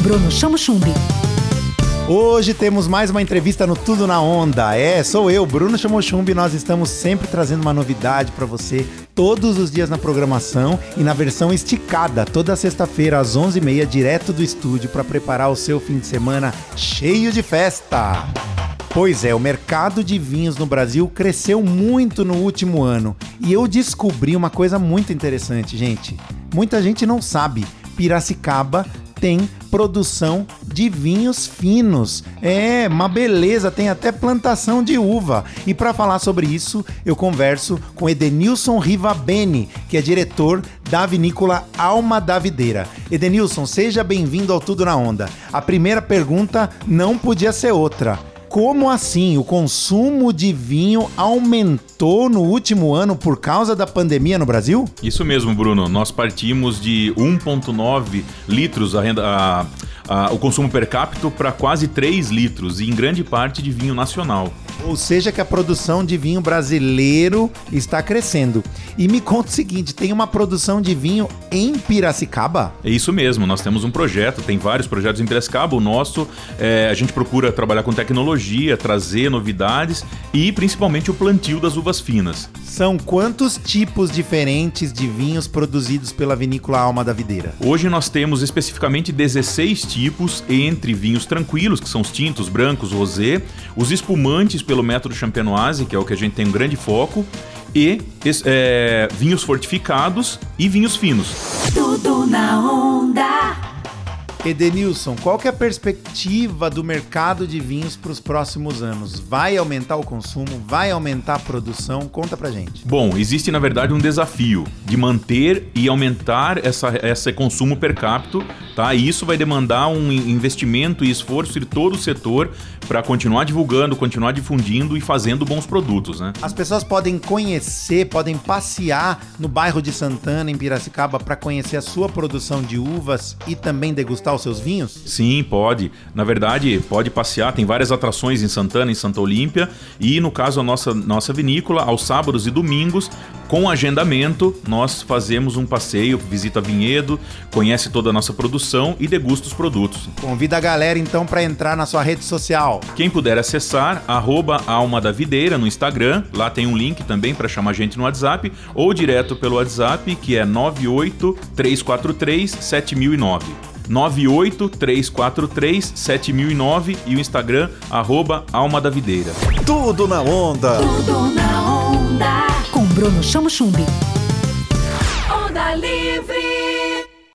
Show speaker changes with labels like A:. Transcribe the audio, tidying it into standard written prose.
A: Bruno Chamo Chumbi.
B: Hoje temos mais uma entrevista no Tudo na Onda. Sou eu, Bruno Chamo Chumbi. Nós estamos sempre trazendo uma novidade para você todos os dias na programação e na versão esticada, toda sexta-feira às 11h30, direto do estúdio, para preparar o seu fim de semana cheio de festa. Pois é, o mercado de vinhos no Brasil cresceu muito no último ano e eu descobri uma coisa muito interessante, gente. Muita gente não sabe, Piracicaba tem produção de vinhos finos. Uma beleza, tem até plantação de uva. E para falar sobre isso, eu converso com Edenilson Rivabene, que é diretor da vinícola Alma da Videira. Edenilson, seja bem-vindo ao Tudo na Onda. A primeira pergunta não podia ser outra. Como assim? O consumo de vinho aumentou no último ano por causa da pandemia no Brasil?
C: Isso mesmo, Bruno. Nós partimos de 1,9 litros o consumo per capita para quase 3 litros, e em grande parte de vinho nacional.
B: Ou seja que a produção de vinho brasileiro está crescendo. E me conta o seguinte, tem uma produção de vinho em Piracicaba?
C: É isso mesmo, nós temos um projeto, tem vários projetos em Piracicaba. O nosso, a gente procura trabalhar com tecnologia, trazer novidades e principalmente o plantio das uvas finas.
B: São quantos tipos diferentes de vinhos produzidos pela vinícola Alma da Videira?
C: Hoje nós temos especificamente 16 tipos, entre vinhos tranquilos, que são os tintos, brancos, rosé, os espumantes pelo método champenoise, que é o que a gente tem um grande foco, e vinhos fortificados e vinhos finos.
A: Tudo na Onda.
B: Edenilson, qual que é a perspectiva do mercado de vinhos para os próximos anos? Vai aumentar o consumo? Vai aumentar a produção? Conta pra gente.
C: Bom, existe na verdade um desafio de manter e aumentar esse consumo per capita, tá? E isso vai demandar um investimento e esforço de todo o setor para continuar divulgando, continuar difundindo e fazendo bons produtos, né?
B: As pessoas podem conhecer, podem passear no bairro de Santana, em Piracicaba, para conhecer a sua produção de uvas e também degustar os seus vinhos?
C: Sim, pode. Na verdade, pode passear. Tem várias atrações em Santana, em Santa Olímpia. E no caso, a nossa vinícola, aos sábados e domingos, com agendamento, nós fazemos um passeio, visita vinhedo, conhece toda a nossa produção e degusta os produtos.
B: Convida a galera então para entrar na sua rede social.
C: Quem puder acessar, @Alma da Videira no Instagram, lá tem um link também para chamar a gente no WhatsApp, ou direto pelo WhatsApp, que é 98-343-7009. 98-343-7009 e o Instagram, @Alma da Videira.
B: Tudo na Onda!
A: Tudo na Onda. Com Bruno Chamo Chumbi. Onda Livre.